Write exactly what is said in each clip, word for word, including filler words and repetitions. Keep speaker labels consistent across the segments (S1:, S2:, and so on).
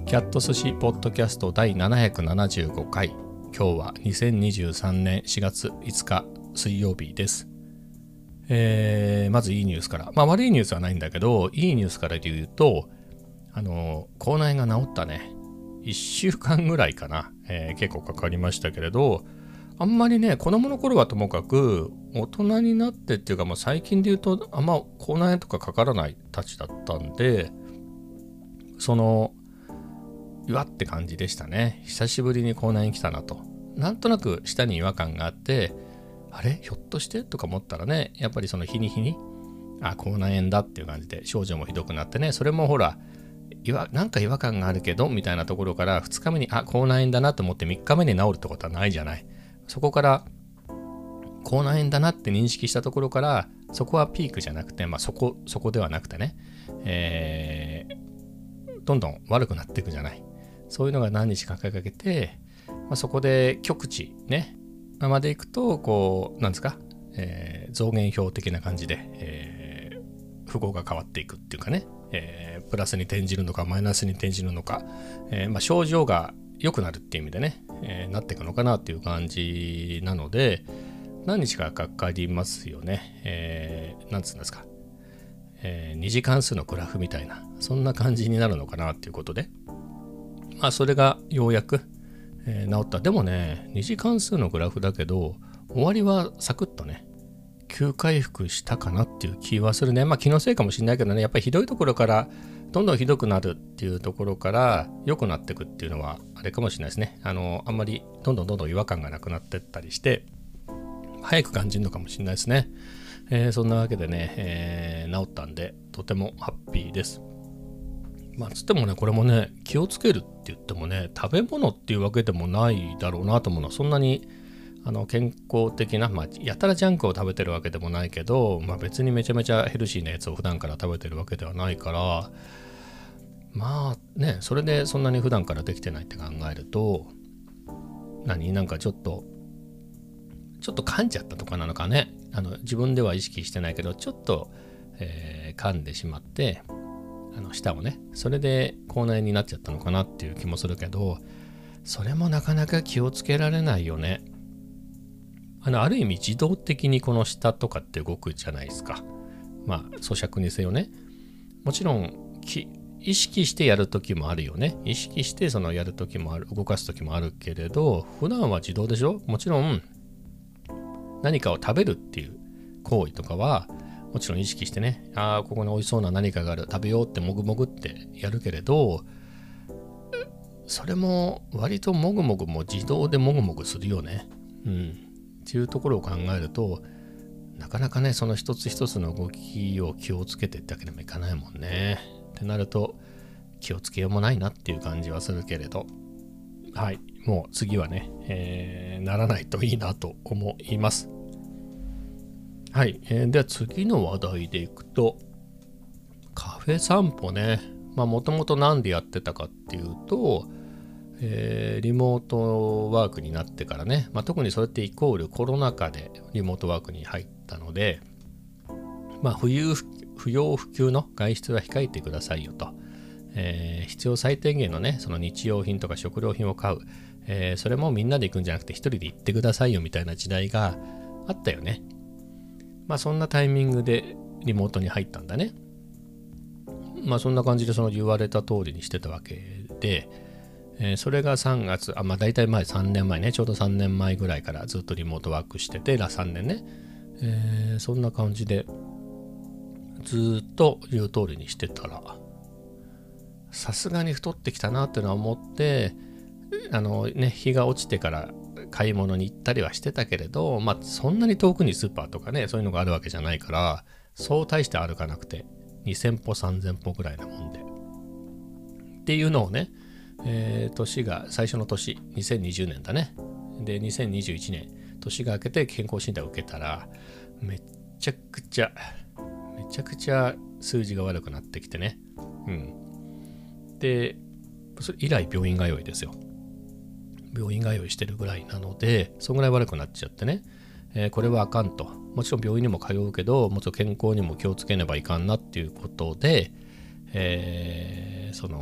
S1: キャット寿司ポッドキャスト第ななひゃくななじゅうごかい。今日はにせんにじゅうさんねんしがついつか水曜日です。えー、まずいいニュースから。まあ悪いニュースはないんだけど、いいニュースから言うと、あの、口内炎が治ったね。いっしゅうかんぐらいかな、えー。結構かかりましたけれど、あんまりね、子供の頃はともかく、大人になってっていうか、まあ、最近で言うと、あんま口内炎とかかからないたちだったんで、その、うわって感じでしたね。久しぶりに口内炎来たなと。なんとなく舌に違和感があって、あれひょっとしてとか思ったらね、やっぱりその日に日に、あ、口内炎だっていう感じで症状もひどくなってね、それもほら、いわなんか違和感があるけどみたいなところからふつかめに、あ、口内炎だなと思ってみっかめに治るってことはないじゃない。そこから口内炎だなって認識したところから、そこはピークじゃなくて、まあそこ、そこではなくてね、えー、どんどん悪くなっていくじゃない。そういうのが何日かかけて、まあ、そこで極致ね、までいくと、こう、なんですか、えー、増減表的な感じで、えー、符号が変わっていくっていうかね、えー、プラスに転じるのかマイナスに転じるのか、えーまあ、症状が良くなるっていう意味でね、えー、なっていくのかなっていう感じなので、何日かかかりますよね。えー、なんつうんですか、えー、二次関数のグラフみたいな、そんな感じになるのかなっていうことで、まあそれがようやく、えー、治った。でもね、二次関数のグラフだけど、終わりはサクッとね、急回復したかなっていう気はするね。まあ気のせいかもしれないけどね、やっぱりひどいところからどんどんひどくなるっていうところから良くなっていくっていうのはあれかもしれないですね。あの、あんまりどんどんどんどん違和感がなくなってったりして、早く感じるのかもしれないですね。えー、そんなわけでね、えー、治ったんで、とてもハッピーです。まあつってもね、これもね、気をつけるって言ってもね、食べ物っていうわけでもないだろうなと思うのは、そんなにあの健康的な、まあやたらジャンクを食べてるわけでもないけど、まあ別にめちゃめちゃヘルシーなやつを普段から食べてるわけではないから、まあね、それでそんなに普段からできてないって考えると、何なんかちょっとちょっと噛んじゃったとかなのかね。あの自分では意識してないけど、ちょっと、えー、噛んでしまって、あの舌をね、それで口内炎になっちゃったのかなっていう気もするけど、それもなかなか気をつけられないよね。あのある意味自動的にこの舌とかって動くじゃないですか。まあ咀嚼にせよね。もちろんき意識してやるときもあるよね。意識してそのやるときもある、動かすときもあるけれど、普段は自動でしょ。もちろん何かを食べるっていう行為とかはもちろん意識してね、ああここに美味しそうな何かがある、食べようってもぐもぐってやるけれど、それも割ともぐもぐも自動でもぐもぐするよね。うんっていうところを考えると、なかなかね、その一つ一つの動きを気をつけてってわけにもいかないもんね。ってなると気をつけようもないなっていう感じはするけれど、はい、もう次はね、えー、ならないといいなと思います。はい、えー、では次の話題でいくと、カフェ散歩ね。まあもともと何でやってたかっていうと、えー、リモートワークになってからね、まあ、特にそれってイコールコロナ禍でリモートワークに入ったので、まあ不要不要不急の外出は控えてくださいよと、えー、必要最低限のね、その日用品とか食料品を買う、えー、それもみんなで行くんじゃなくて一人で行ってくださいよみたいな時代があったよね。まあそんなタイミングでリモートに入ったんだね。まあそんな感じでその言われた通りにしてたわけで、えー、それがさんがつ、あ、まあ大体前さんねんまえね、ちょうどさんねんまえぐらいからずっとリモートワークしてて、らさんねんね、えー、そんな感じでずっと言う通りにしてたら、さすがに太ってきたなっていうのは思って、あのね、日が落ちてから買い物に行ったりはしてたけれど、まあそんなに遠くにスーパーとかね、そういうのがあるわけじゃないから、そう大して歩かなくてにせんぽさんぜんぽぐらいなもんでっていうのをね、えー、年が最初の年にせんにじゅうねんだね。でにせんにじゅういちねん年が明けて健康診断を受けたら、めっちゃくちゃめちゃくちゃ数字が悪くなってきてね。うんでそれ以来病院通いですよ。病院通いしてるぐらいなので、そんぐらい悪くなっちゃってね、えー、これはあかんと。もちろん病院にも通うけど、もちろん健康にも気をつけねばいかんなっていうことで、えー、その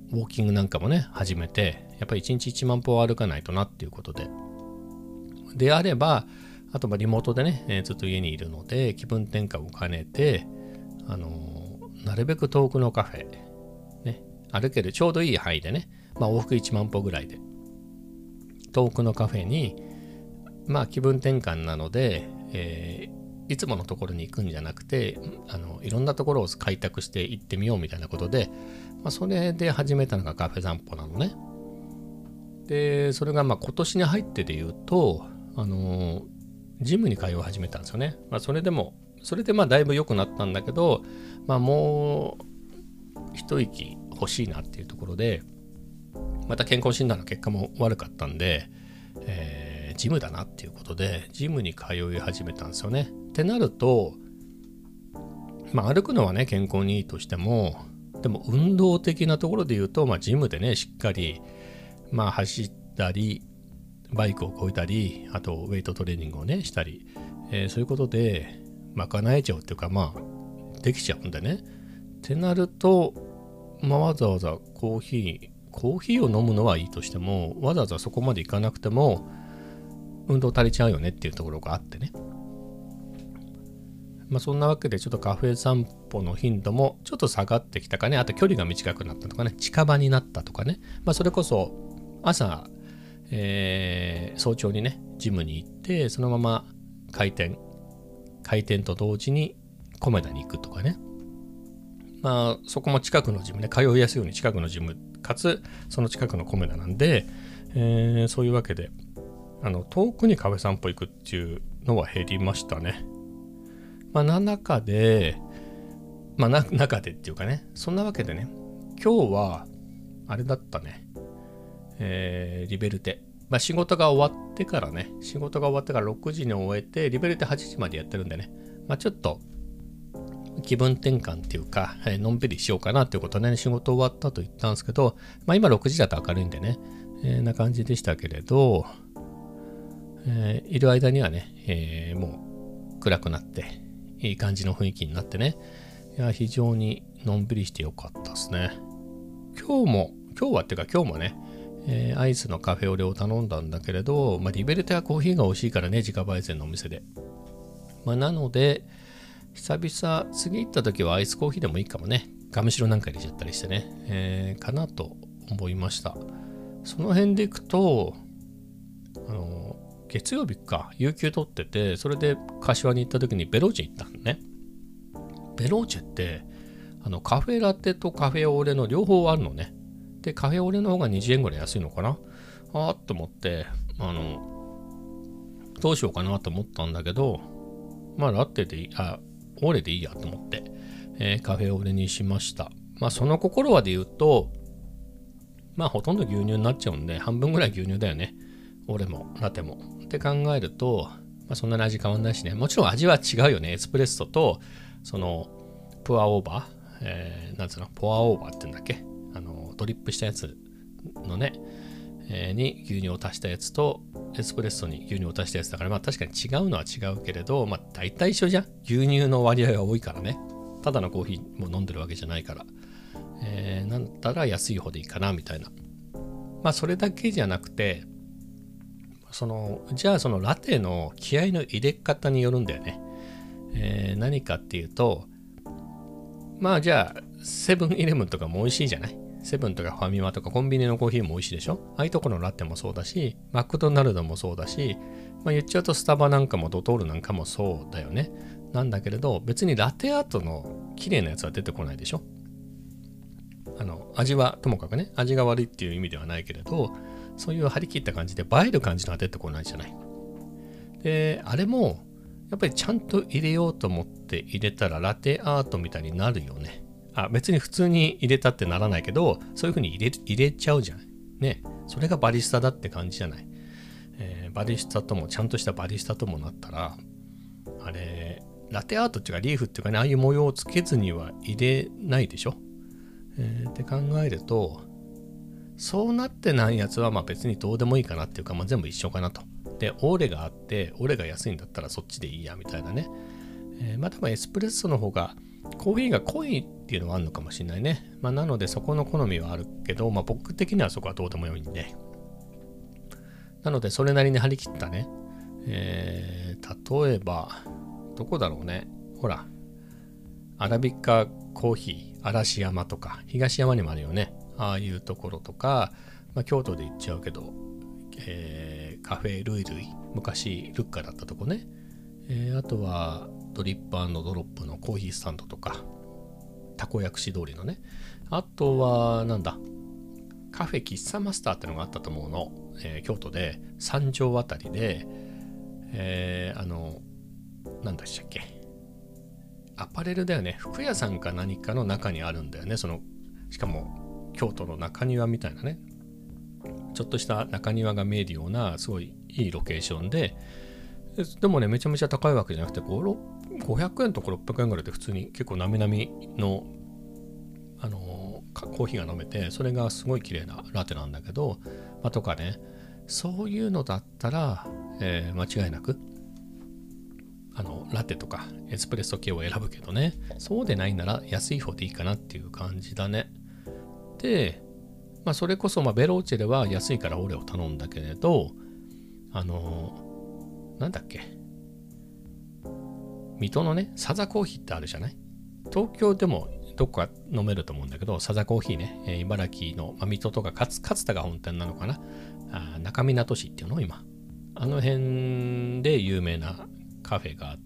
S1: ウォーキングなんかもね始めて、やっぱりいちにちいちまん歩歩かないとなっていうことで、であればあとまあリモートでね、えー、ずっと家にいるので気分転換を兼ねて、あのー、なるべく遠くのカフェ、ね、歩けるちょうどいい範囲でね、まあ、往復いちまん歩ぐらいで遠くのカフェに、まあ気分転換なので、えー、いつものところに行くんじゃなくて、あのいろんなところを開拓して行ってみようみたいなことで、まあ、それで始めたのがカフェ散歩なのね。でそれがまあ今年に入ってで言うと、あのー、ジムに通い始めたんですよね。まあ、それでもそれでまあだいぶ良くなったんだけど、まあ、もう一息欲しいなっていうところで、また健康診断の結果も悪かったんで、えー、ジムだなっていうことでジムに通い始めたんですよね。ってなると、まあ、歩くのはね健康にいいとしても、でも運動的なところで言うと、まあ、ジムでねしっかり、まあ、走ったりバイクをこいだり、あとウェイトトレーニングをねしたり、えー、そういうことで賄えちゃうっていうか、まあできちゃうんでね。ってなると、まあ、わざわざコーヒーコーヒーを飲むのはいいとしても、わざわざそこまで行かなくても運動足りちゃうよねっていうところがあってね。まあそんなわけでちょっとカフェ散歩の頻度もちょっと下がってきたかね。あと距離が短くなったとかね、近場になったとかね。まあそれこそ朝、えー、早朝にねジムに行ってそのまま開店開店と同時にコメダに行くとかね。まあそこも近くのジムね、通いやすいように近くのジムかつその近くのコメダなんで、えー、そういうわけであの遠くにカフェ散歩行くっていうのは減りましたね。まあ中でまあな中でっていうかね、そんなわけでね、今日はあれだったね、えー、リベルテ、まあ仕事が終わってからね、仕事が終わってからろくじに終えてリベルテはちじまでやってるんでね、まあちょっと気分転換っていうか、えー、のんびりしようかなっていうことで、ね、仕事終わったと言ったんですけど、まあ今ろくじだと明るいんでね、えー、な感じでしたけれど、えー、いる間にはね、えー、もう暗くなっていい感じの雰囲気になってね、いや非常にのんびりしてよかったですね。今日も今日はっていうか今日もね、えー、アイスのカフェオレを頼んだんだけれど、まあ、リベルテはコーヒーが美味しいからね、自家焙煎のお店で、まあ、なので久々次行った時はアイスコーヒーでもいいかもね。ガムシロなんか入れちゃったりしてね、えー、かなと思いました。その辺でいくと、あの月曜日か有給取ってて、それで柏に行った時にベローチェ行ったのね。ベローチェってあのカフェラテとカフェオレの両方あるのね。でカフェオレの方がにじゅうえんぐらい安いのかな。あーっと思ってあのどうしようかなと思ったんだけど、まあラテでいい、あオレでいいやと思って、えー、カフェオレにしました。まあその心はで言うと、まあほとんど牛乳になっちゃうんで半分ぐらい牛乳だよね。オレもラテもって考えると、まあ、そんなに味変わんないしね。もちろん味は違うよね。エスプレッソとそのプアオーバー、えー、なんつうのポアオーバーって言うんだっけ、あのドリップしたやつのね、えー、に牛乳を足したやつとエスプレッソに牛乳を足したやつだから、まあ確かに違うのは違うけれど、まあ大体一緒じゃん。牛乳の割合が多いからね。ただのコーヒーも飲んでるわけじゃないから、えー、なんだったら安い方でいいかなみたいな。まあそれだけじゃなくて、そのじゃあそのラテの気合の入れ方によるんだよね。えー、何かっていうと、まあじゃあセブンイレブンとかも美味しいじゃない。セブンとかファミマとかコンビニのコーヒーも美味しいでしょ。ああいうところのラテもそうだし、マクドナルドもそうだし、まあ、言っちゃうとスタバなんかもドトールなんかもそうだよね。なんだけれど別にラテアートの綺麗なやつは出てこないでしょ。あの味はともかくね、味が悪いっていう意味ではないけれど、そういう張り切った感じで映える感じのは出てこないじゃない。であれもやっぱりちゃんと入れようと思って入れたらラテアートみたいになるよね。あ、別に普通に入れたってならないけど、そういう風に入れ入れちゃうじゃんね。それがバリスタだって感じじゃない。えー、バリスタともちゃんとしたバリスタともなったら、あれラテアートっていうかリーフっていうかね、ああいう模様をつけずには入れないでしょ。えー、って考えると、そうなってないやつはまあ別にどうでもいいかなっていうか、まあ、全部一緒かなと。でオーレがあってオーレが安いんだったらそっちでいいやみたいなね。えー、まあ多分エスプレッソの方がコーヒーが濃いっていうのはあるのかもしれないね。まあ、なのでそこの好みはあるけど、まあ、僕的にはそこはどうでもよいんで。なのでそれなりに張り切ったね。えー、例えば、どこだろうね。ほら、アラビカコーヒー、嵐山とか、東山にもあるよね。ああいうところとか、まあ、京都で行っちゃうけど、えー、カフェルイルイ、昔ルッカだったとこね。えー、あとはドリップ&ドロップのコーヒースタンドとか、たこ薬師通りのね。あとは、なんだ、カフェ喫茶マスターってのがあったと思うの。えー、京都で、三条あたりで、えー、あの、なんだっけ。アパレルだよね。服屋さんか何かの中にあるんだよね。その、しかも、京都の中庭みたいなね。ちょっとした中庭が見えるような、すごいいいロケーションで、でもね、めちゃめちゃ高いわけじゃなくて、ごひゃくえんとかろっぴゃくえんぐらいで普通に結構なみなみの、あのー、コーヒーが飲めて、それがすごい綺麗なラテなんだけど、まあ、とかね、そういうのだったら、えー、間違いなく、あの、ラテとかエスプレッソ系を選ぶけどね、そうでないなら安い方でいいかなっていう感じだね。で、まあ、それこそ、まあ、ベローチェでは安いからオレを頼んだけれど、あのー、なんだっけ、水戸のね、サザコーヒーってあるじゃない。東京でもどこか飲めると思うんだけど、サザコーヒーね、えー、茨城の、まあ、水戸とか勝勝田が本店なのかな、あ、中港市っていうの今。あの辺で有名なカフェがあって、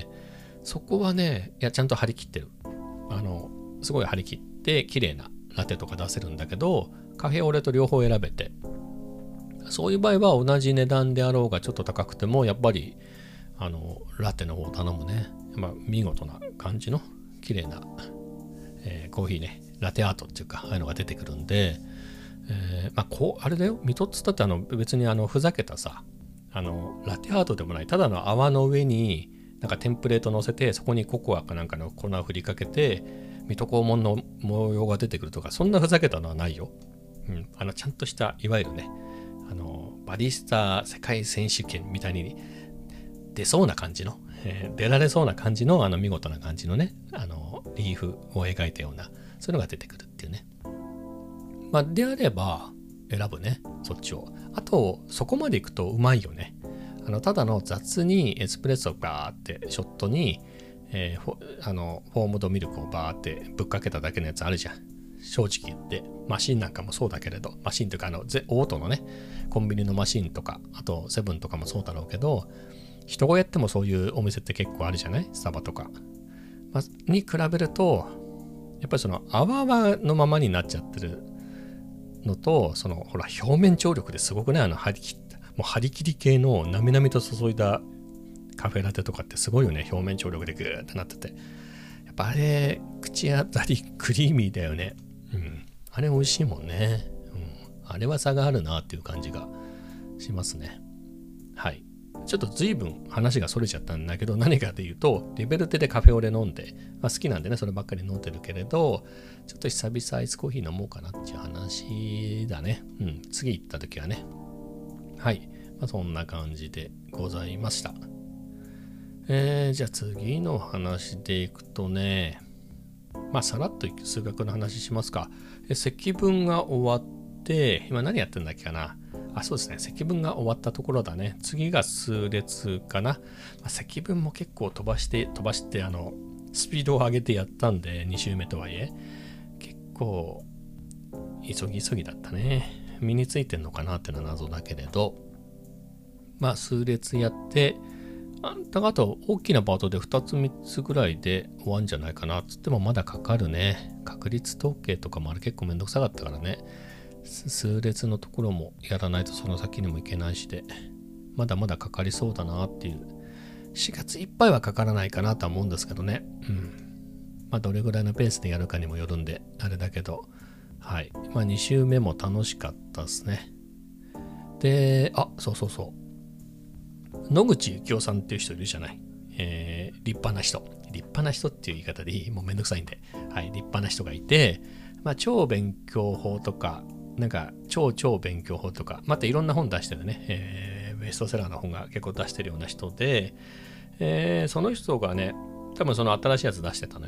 S1: そこはね、いや、ちゃんと張り切ってる。あの、すごい張り切って綺麗なラテとか出せるんだけど、カフェオレと両方選べて、そういう場合は同じ値段であろうがちょっと高くても、やっぱりあのラテの方を頼むね。まあ、見事な感じの綺麗な、えー、コーヒーね、ラテアートっていうか、ああいうのが出てくるんで、えー、まあこうあれだよ、水戸っつったってあの別にあのふざけたさ、あのラテアートでもない、ただの泡の上になんかテンプレート乗せて、そこにココアかなんかの粉を振りかけて、水戸黄門の模様が出てくるとか、そんなふざけたのはないよ。うん、あのちゃんとしたいわゆるね、あのバリスタ世界選手権みたいに出そうな感じの、えー、出られそうな感じの、あの見事な感じのね、あのリーフを描いたような、そういうのが出てくるっていうね。まあであれば選ぶね、そっちを。あとそこまでいくとうまいよね。あのただの雑にエスプレッソをバーってショットに、えー、フォあのフォームドミルクをバーってぶっかけただけのやつあるじゃん。正直言って、マシンなんかもそうだけれど、マシンというかあのオートのね、コンビニのマシンとか、あとセブンとかもそうだろうけど、人がやってもそういうお店って結構あるじゃない、スタバとか、まあ、に比べるとやっぱりその泡泡のままになっちゃってるのと、そのほら表面張力ですごくね、あの張り切ったもう張り切り系のなみなみと注いだカフェラテとかってすごいよね。表面張力でグーってなってて、やっぱあれ口当たりクリーミーだよね。うん、あれ美味しいもんね、うん、あれは差があるなっていう感じがしますね。はい、ちょっと随分話がそれちゃったんだけど、何かで言うと、リベルテでカフェオレ飲んで、まあ、好きなんでね、そればっかり飲んでるけれど、ちょっと久々アイスコーヒー飲もうかなっていう話だね。うん、次行った時はね。はい、まあ、そんな感じでございました。えー、じゃあ次の話でいくとね、まあさらっと数学の話しますか。え積分が終わって、今何やってんだっけかな。あ、そうですね。積分が終わったところだね。次が数列かな。まあ、積分も結構飛ばして、飛ばして、あの、スピードを上げてやったんで、に週目とはいえ。結構、急ぎ急ぎだったね。身についてんのかなってのは謎だけれど。まあ、数列やって、あんたがあと大きなパートでふたつみっつぐらいで終わるんじゃないかなっつってもまだかかるね。確率統計とかもあれ結構めんどくさかったからね。数列のところもやらないとその先にもいけないしで、まだまだかかりそうだなっていう。しがついっぱいはかからないかなとは思うんですけどね。うん。まあどれぐらいのペースでやるかにもよるんであれだけど、はい。まあに週目も楽しかったですね。で、あ、そうそうそう。野口幸雄さんっていう人いるじゃない。えー、立派な人。立派な人っていう言い方でいい。もうめんどくさいんで。はい、立派な人がいて、まあ、超勉強法とか、なんか、超超勉強法とか、またいろんな本出してるね、えー、ベストセラーの本が結構出してるような人で、えー、その人がね、多分その新しいやつ出してたのよ。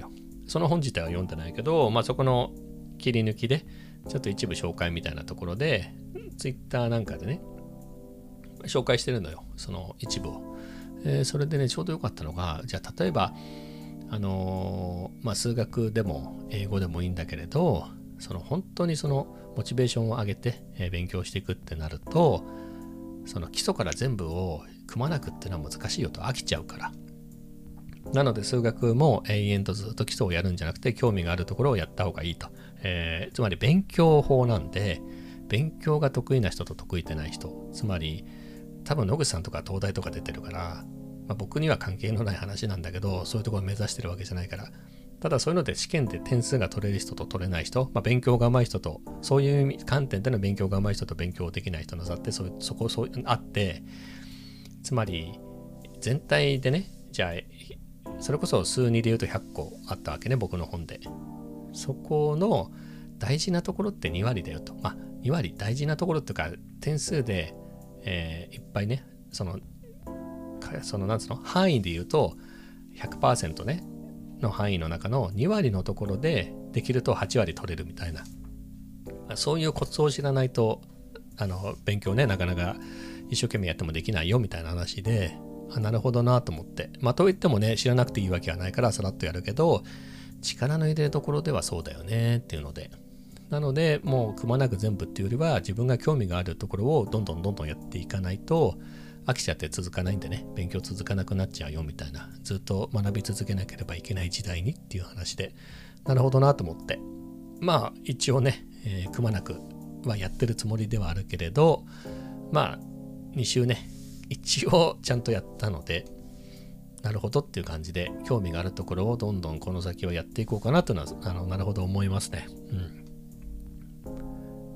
S1: その本自体は読んでないけど、まあそこの切り抜きでちょっと一部紹介みたいなところでツイッターなんかでね紹介してるのよ、その一部を。えー、それでねちょうどよかったのが、じゃあ例えばあのー、まあ数学でも英語でもいいんだけれど、その本当にそのモチベーションを上げて、えー、勉強していくってなると、その基礎から全部を組まなくっていうのは難しいよと、飽きちゃうから。なので数学も永遠とずっと基礎をやるんじゃなくて、興味があるところをやった方がいいと。えー、つまり勉強法なんで、勉強が得意な人と得意でない人、つまり多分野口さんとか東大とか出てるから、まあ、僕には関係のない話なんだけど、そういうところを目指してるわけじゃないから、ただそういうので試験で点数が取れる人と取れない人、まあ、勉強が上手い人と、そういう観点での勉強が上手い人と勉強できない人の差って、そそこそうあって、つまり全体でね、じゃあそれこそ数にで言うとひゃっこあったわけね、僕の本で。そこの大事なところってに割だよと。まあに割大事なところっていうか、点数で、えー、いっぱいね、そのそのなんつうの範囲で言うと ひゃくパーセント ねの範囲の中のに割のところでできるとはち割取れるみたいな、そういうコツを知らないとあの勉強ねなかなか一生懸命やってもできないよみたいな話で、あなるほどなと思って、まあといってもね知らなくていいわけはないからさらっとやるけど、力の入れるところではそうだよねっていうので、なのでもうくまなく全部っていうよりは、自分が興味があるところをどんどんどんどんやっていかないと飽きちゃって続かないんでね、勉強続かなくなっちゃうよみたいな、ずっと学び続けなければいけない時代にっていう話で、なるほどなと思って、まあ一応ね、えー、くまなくはやってるつもりではあるけれど、まあに週ね一応ちゃんとやったので、なるほどっていう感じで、興味があるところをどんどんこの先はやっていこうかなというのは、あのなるほど思いますね。うん。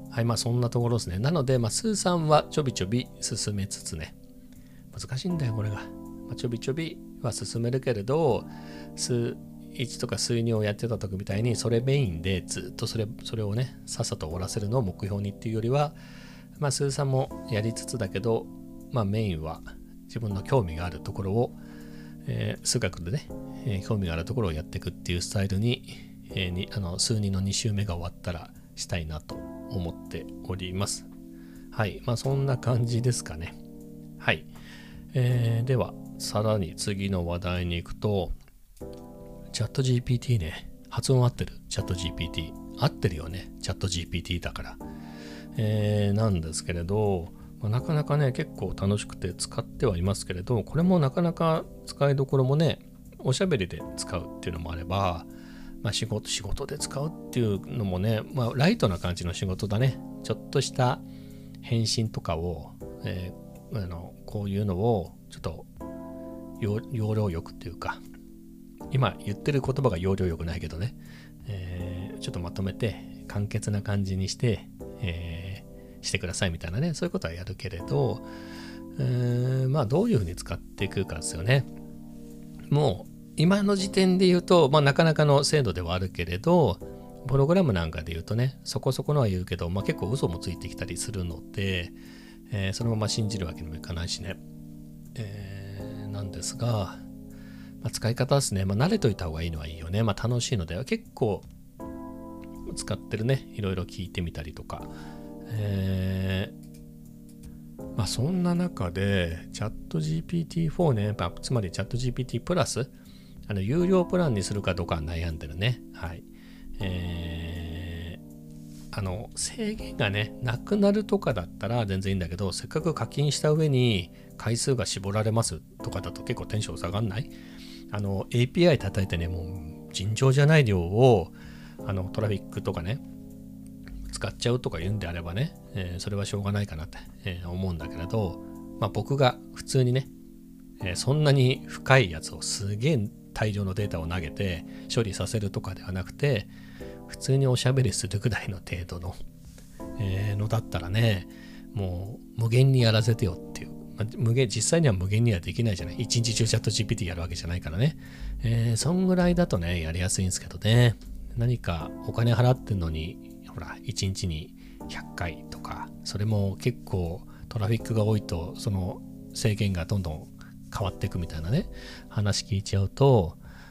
S1: はい、まあそんなところですね。なので、まあ、スーさんはちょびちょび進めつつね、難しいんだよこれが、まあ、ちょびちょびは進めるけれど、数いちとか数にをやってた時みたいにそれメインでずっとそれそれをねさっさと終わらせるのを目標にっていうよりは、まあスーさんもやりつつだけど、まあメインは自分の興味があるところを、えー、数学でね、えー、興味があるところをやっていくっていうスタイルに、えー、にあの数人のに週目が終わったらしたいなと思っております。はい、まあそんな感じですかね。はい、えー、ではさらに次の話題に行くと、チャット ジーピーティー ね、発音合ってる？チャット ジーピーティー 合ってるよね、チャット ジーピーティー だから、えー、なんですけれど、まあ、なかなかね結構楽しくて使ってはいますけれど、これもなかなか使いどころもね、おしゃべりで使うっていうのもあれば、まあ、仕事仕事で使うっていうのもね、まあライトな感じの仕事だね。ちょっとした返信とかを、えー、あのこういうのをちょっと要領よくっていうか、今言ってる言葉が要領よくないけどね、えー、ちょっとまとめて簡潔な感じにして、えー、してくださいみたいなね、そういうことはやるけれど、えー、まあどういうふうに使っていくかですよね。もう今の時点で言うと、まあなかなかの精度ではあるけれど、プログラムなんかで言うとね、そこそこのは言うけど、まあ結構嘘もついてきたりするので、えー、そのまま信じるわけにもいかないしね、えー、なんですが、まあ、使い方ですね、まあ慣れといた方がいいのはいいよね。まあ楽しいのでは結構使ってるね、いろいろ聞いてみたりとか、えー、まあそんな中でチャット ジーピーティーフォー ね、まあ、つまりチャット ジーピーティー プラス、あの有料プランにするかどうかは悩んでるね。はい。えー、あの制限がねなくなるとかだったら全然いいんだけど、せっかく課金した上に回数が絞られますとかだと結構テンション下がんない？あの エーピーアイ 叩いてね、もう尋常じゃない量をあのトラフィックとかね使っちゃうとか言うんであればね、えー、それはしょうがないかなって、えー、思うんだけれど、まあ僕が普通にね、えー、そんなに深いやつをすげえ大量のデータを投げて処理させるとかではなくて、普通におしゃべりするぐらいの程度の、えー、のだったらね、もう無限にやらせてよっていう、まあ、無限実際には無限にはできないじゃない。一日中チャット ジーピーティー やるわけじゃないからね、えー、そんぐらいだとねやりやすいんですけどね。何かお金払ってんのにほらいちにちにひゃっかいとか、それも結構トラフィックが多いとその制限がどんどん変わっていくみたいなね話聞いちゃうと、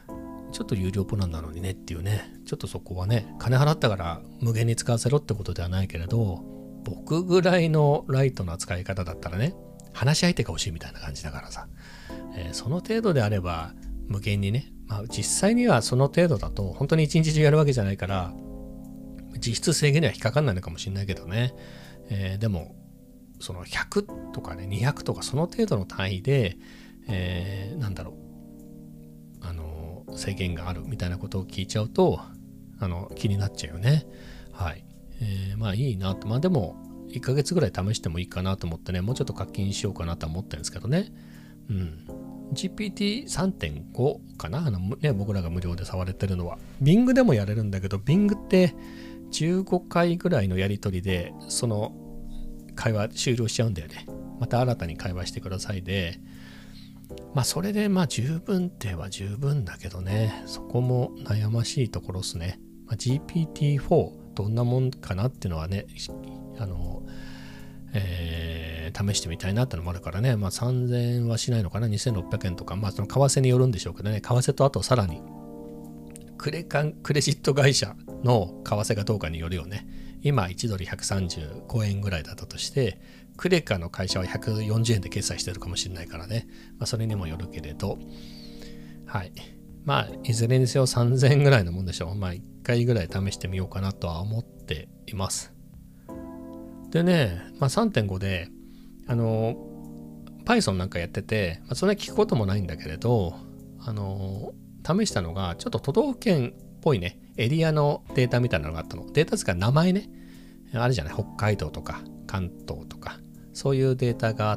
S1: ちょっと有料プランなのにねっていうね、ちょっとそこはね、金払ったから無限に使わせろってことではないけれど、僕ぐらいのライトな使い方だったらね、話し相手が欲しいみたいな感じだからさ、えー、その程度であれば無限にね、まあ実際にはその程度だと本当に一日中やるわけじゃないから、実質制限には引っかかんないのかもしれないけどね、えー、でもそのひゃくとかね、にひゃくとかその程度の単位で、えー、なんだろう、あの制限があるみたいなことを聞いちゃうと、あの気になっちゃうよね。はい、えー、まあいいなと。まあでもいっかげつぐらい試してもいいかなと思ってね、もうちょっと課金しようかなと思ってるんですけどね。うん。ジーピーティーさんてんご かな、あのね、僕らが無料で触れてるのは。Bing でもやれるんだけど、Bing ってじゅうごかいぐらいのやり取りで、その会話終了しちゃうんだよね。また新たに会話してくださいで、まあそれでまあ十分っては十分だけどね、そこも悩ましいところですね。まあ、ジーピーティーフォー どんなもんかなっていうのはね、あの、えー、試してみたいなってのもあるからね、まあさんぜんえんはしないのかな、にせんろっぴゃくえんとか、まあその為替によるんでしょうけどね、為替とあとさらにクレカン、クレジット会社の為替がどうかによるよね。今いちドルひゃくさんじゅうごえんぐらいだったとして、クレカの会社はひゃくよんじゅうえんで決済してるかもしれないからね、まあ、それにもよるけれど、はい。まあ、いずれにせよさんぜんえんぐらいのもんでしょう。まあ、いっかいぐらい試してみようかなとは思っています。でね、まあ、さんてんご で、あの、Python なんかやってて、まあ、それ聞くこともないんだけれど、あの、試したのが、ちょっと都道府県っぽいね、エリアのデータみたいなのがあったの。データつか名前ね。あるじゃない。北海道とか関東とか。そういうデータがあって、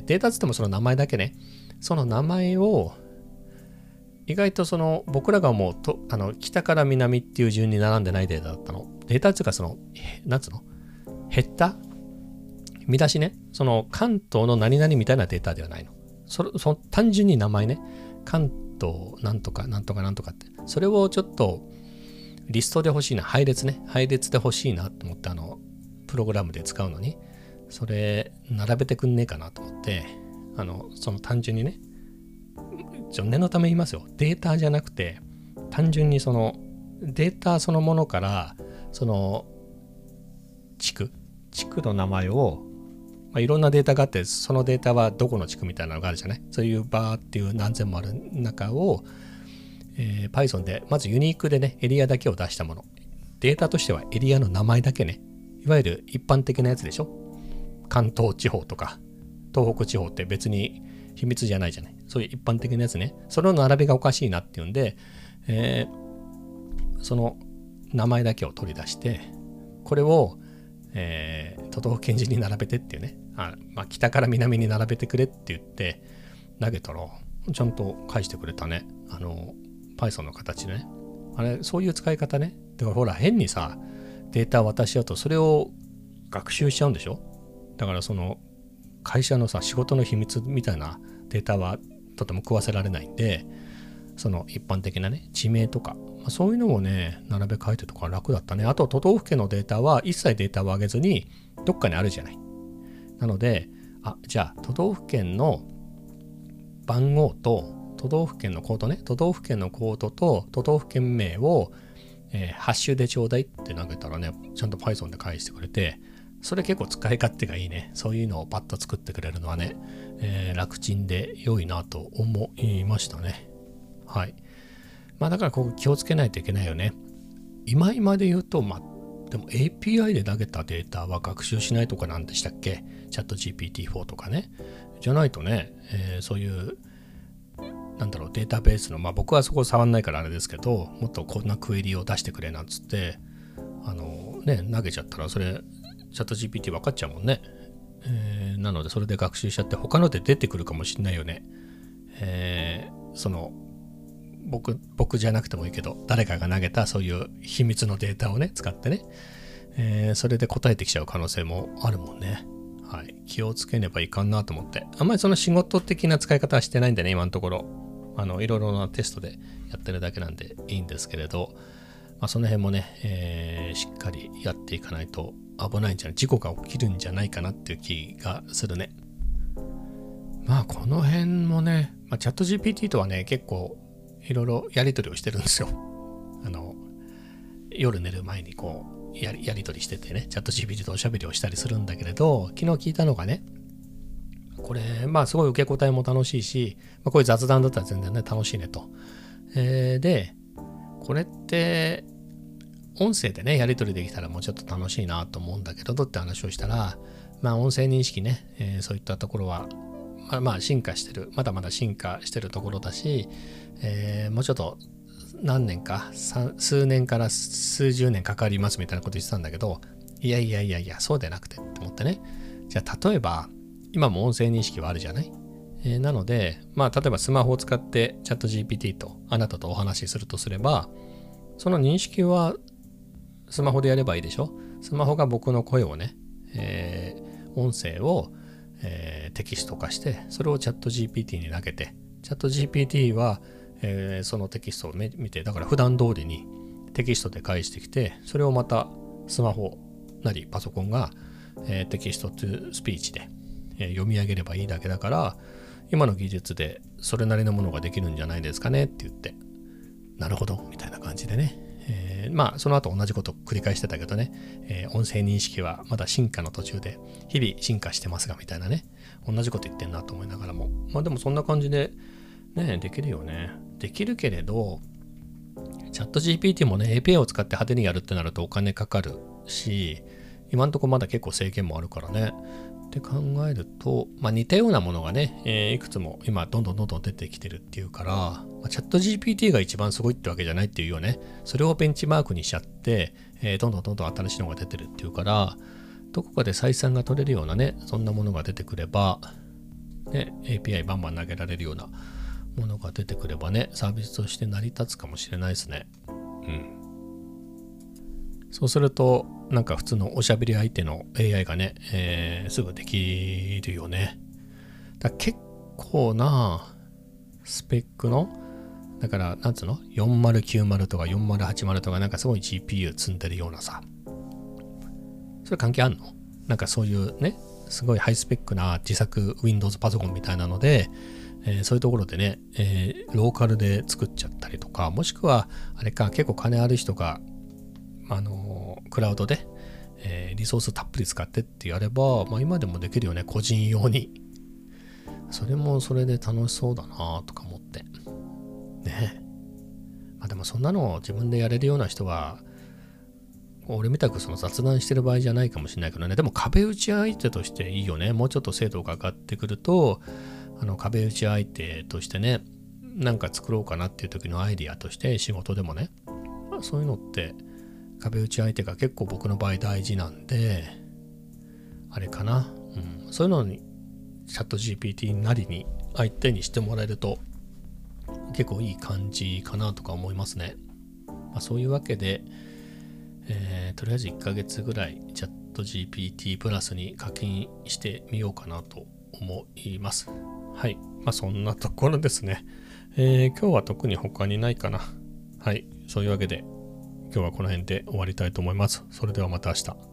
S1: データつってもその名前だけね。その名前を、意外とその僕らが思うと、あの、北から南っていう順に並んでないデータだったの。データつうかその、なんつうのヘッダ見出しね。その関東の何々みたいなデータではないの。それ、その単純に名前ね。関東なんとかなんとかなんとかって。それをちょっと、リストで欲しいな、配列ね、配列で欲しいなと思って、あの、プログラムで使うのに、それ、並べてくんねえかなと思って、あの、その単純にね、ちょ念のため言いますよ。データじゃなくて、単純にその、データそのものから、その、地区、地区の名前を、まあ、いろんなデータがあって、そのデータはどこの地区みたいなのがあるじゃない。そういうバーっていう何千もある中を、えー、Python でまずユニークでね、エリアだけを出したもの。データとしてはエリアの名前だけね。いわゆる一般的なやつでしょ。関東地方とか東北地方って別に秘密じゃないじゃない。そういう一般的なやつね。それの並びがおかしいなっていうんで、えー、その名前だけを取り出して、これを、えー、都道府県順に並べてっていうね。あ、まあ、北から南に並べてくれって言って投げたら、ちゃんと返してくれたね。あの、Python の形でね。あれ、そういう使い方ね。だからほら、変にさ、データ渡しちゃうと、それを学習しちゃうんでしょ。だからその、会社のさ、仕事の秘密みたいなデータはとても食わせられないんで、その一般的なね、地名とか、まあ、そういうのもね、並べ替えてとか楽だったね。あと、都道府県のデータは一切データを上げずに、どっかにあるじゃない。なので、あ、じゃあ、都道府県の番号と、都道府県のコードね、都道府県のコードと都道府県名を、えー、ハッシュでちょうだいって投げたらね、ちゃんと Python で返してくれて、それ結構使い勝手がいいね。そういうのをパッと作ってくれるのはね、えー、楽ちんで良いなと思いましたね。はい。まあだからここ気をつけないといけないよね。今今で言うと、まあ、でも エーピーアイ で投げたデータは学習しないとかなんでしたっけ？チャット ジーピーティーフォー とかね。じゃないとね、えー、そういうなんだろう、データベースの、まあ僕はそこ触んないからあれですけど、もっとこんなクエリを出してくれなんつって、あのね、投げちゃったらそれ、チャット ジーピーティー 分かっちゃうもんね。えー、なのでそれで学習しちゃって、他ので出てくるかもしんないよね。えー、その、僕、僕じゃなくてもいいけど、誰かが投げたそういう秘密のデータをね、使ってね、えー、それで答えてきちゃう可能性もあるもんね。はい。気をつけねばいかんなと思って。あんまりその仕事的な使い方はしてないんでね、今のところ。あの、いろいろなテストでやってるだけなんでいいんですけれど、まあ、その辺もね、えー、しっかりやっていかないと危ないんじゃない、事故が起きるんじゃないかなっていう気がするね。まあ、この辺もね、まあ、チャット ジーピーティー とはね、結構、 いろいろやり取りをしてるんですよ。あの夜寝る前にこうやり、やり取りしててね、チャット ジーピーティー とおしゃべりをしたりするんだけれど、昨日聞いたのがね、これまあすごい受け答えも楽しいし、まあ、こういう雑談だったら全然ね楽しいねと。えー、でこれって音声でねやり取りできたらもうちょっと楽しいなと思うんだけどどって話をしたら、まあ音声認識ね、えー、そういったところはまあ、まあ進化してる、まだまだ進化してるところだし、えー、もうちょっと何年か数年から数十年かかりますみたいなこと言ってたんだけど、いやいやいやいやそうでなくてって思ってね。じゃあ例えば今も音声認識はあるじゃない、えー、なのでまあ例えばスマホを使ってチャット ジーピーティー とあなたとお話しするとすれば、その認識はスマホでやればいいでしょ。スマホが僕の声をね、えー、音声を、えー、テキスト化してそれをチャット ジーピーティー に投げて、チャット ジーピーティー は、えー、そのテキストを見て、だから普段通りにテキストで返してきて、それをまたスマホなりパソコンが、えー、テキストというスピーチで、えー、読み上げればいいだけだから、今の技術でそれなりのものができるんじゃないですかねって言って、なるほどみたいな感じでね、えー、まあその後同じことを繰り返してたけどね、えー、音声認識はまだ進化の途中で日々進化してますがみたいなね、同じこと言ってんなと思いながらも、まあでもそんな感じでねできるよね。できるけれどチャット ジーピーティー もね エーピーアイ を使って派手にやるってなるとお金かかるし、今んとこまだ結構制限もあるからねって考えると、まあ似たようなものがね、えー、いくつも今どんどんどんどん出てきてるっていうから、まあ、チャット ジーピーティー が一番すごいってわけじゃないっていうよね。それをベンチマークにしちゃって、えー、どんどんどんどん新しいのが出てるっていうから、どこかで採算が取れるようなね、そんなものが出てくれば、ね、エーピーアイ バンバン投げられるようなものが出てくればね、サービスとして成り立つかもしれないですね。うん。そうすると、なんか普通のおしゃべり相手の エーアイ がね、えー、すぐできるよね。だ結構なスペックの、だからなんつうの ?よんまるきゅうまる とかよんまるはちまるとかなんかすごい ジーピーユー 積んでるようなさ。それ関係あんの？なんかそういうね、すごいハイスペックな自作 Windows パソコンみたいなので、えー、そういうところでね、えー、ローカルで作っちゃったりとか、もしくはあれか、結構金ある人があのー、クラウドで、えー、リソースたっぷり使ってってやれば、まあ、今でもできるよね、個人用に。それもそれで楽しそうだなとか思ってね。まあでもそんなのを自分でやれるような人は俺みたくその雑談してる場合じゃないかもしれないけどね。でも壁打ち相手としていいよね。もうちょっと精度が上がってくると、あの壁打ち相手としてね、なんか作ろうかなっていう時のアイディアとして仕事でもね、まあ、そういうのって壁打ち相手が結構僕の場合大事なんで、あれかな、うん、そういうのにチャット ジーピーティー なりに相手にしてもらえると結構いい感じかなとか思いますね。まあ、そういうわけで、えー、とりあえずいっかげつぐらいチャット ジーピーティー プラスに課金してみようかなと思います。はい。まあそんなところですね。えー、今日は特に他にないかな。はい。そういうわけで今日はこの辺で終わりたいと思います。それではまた明日。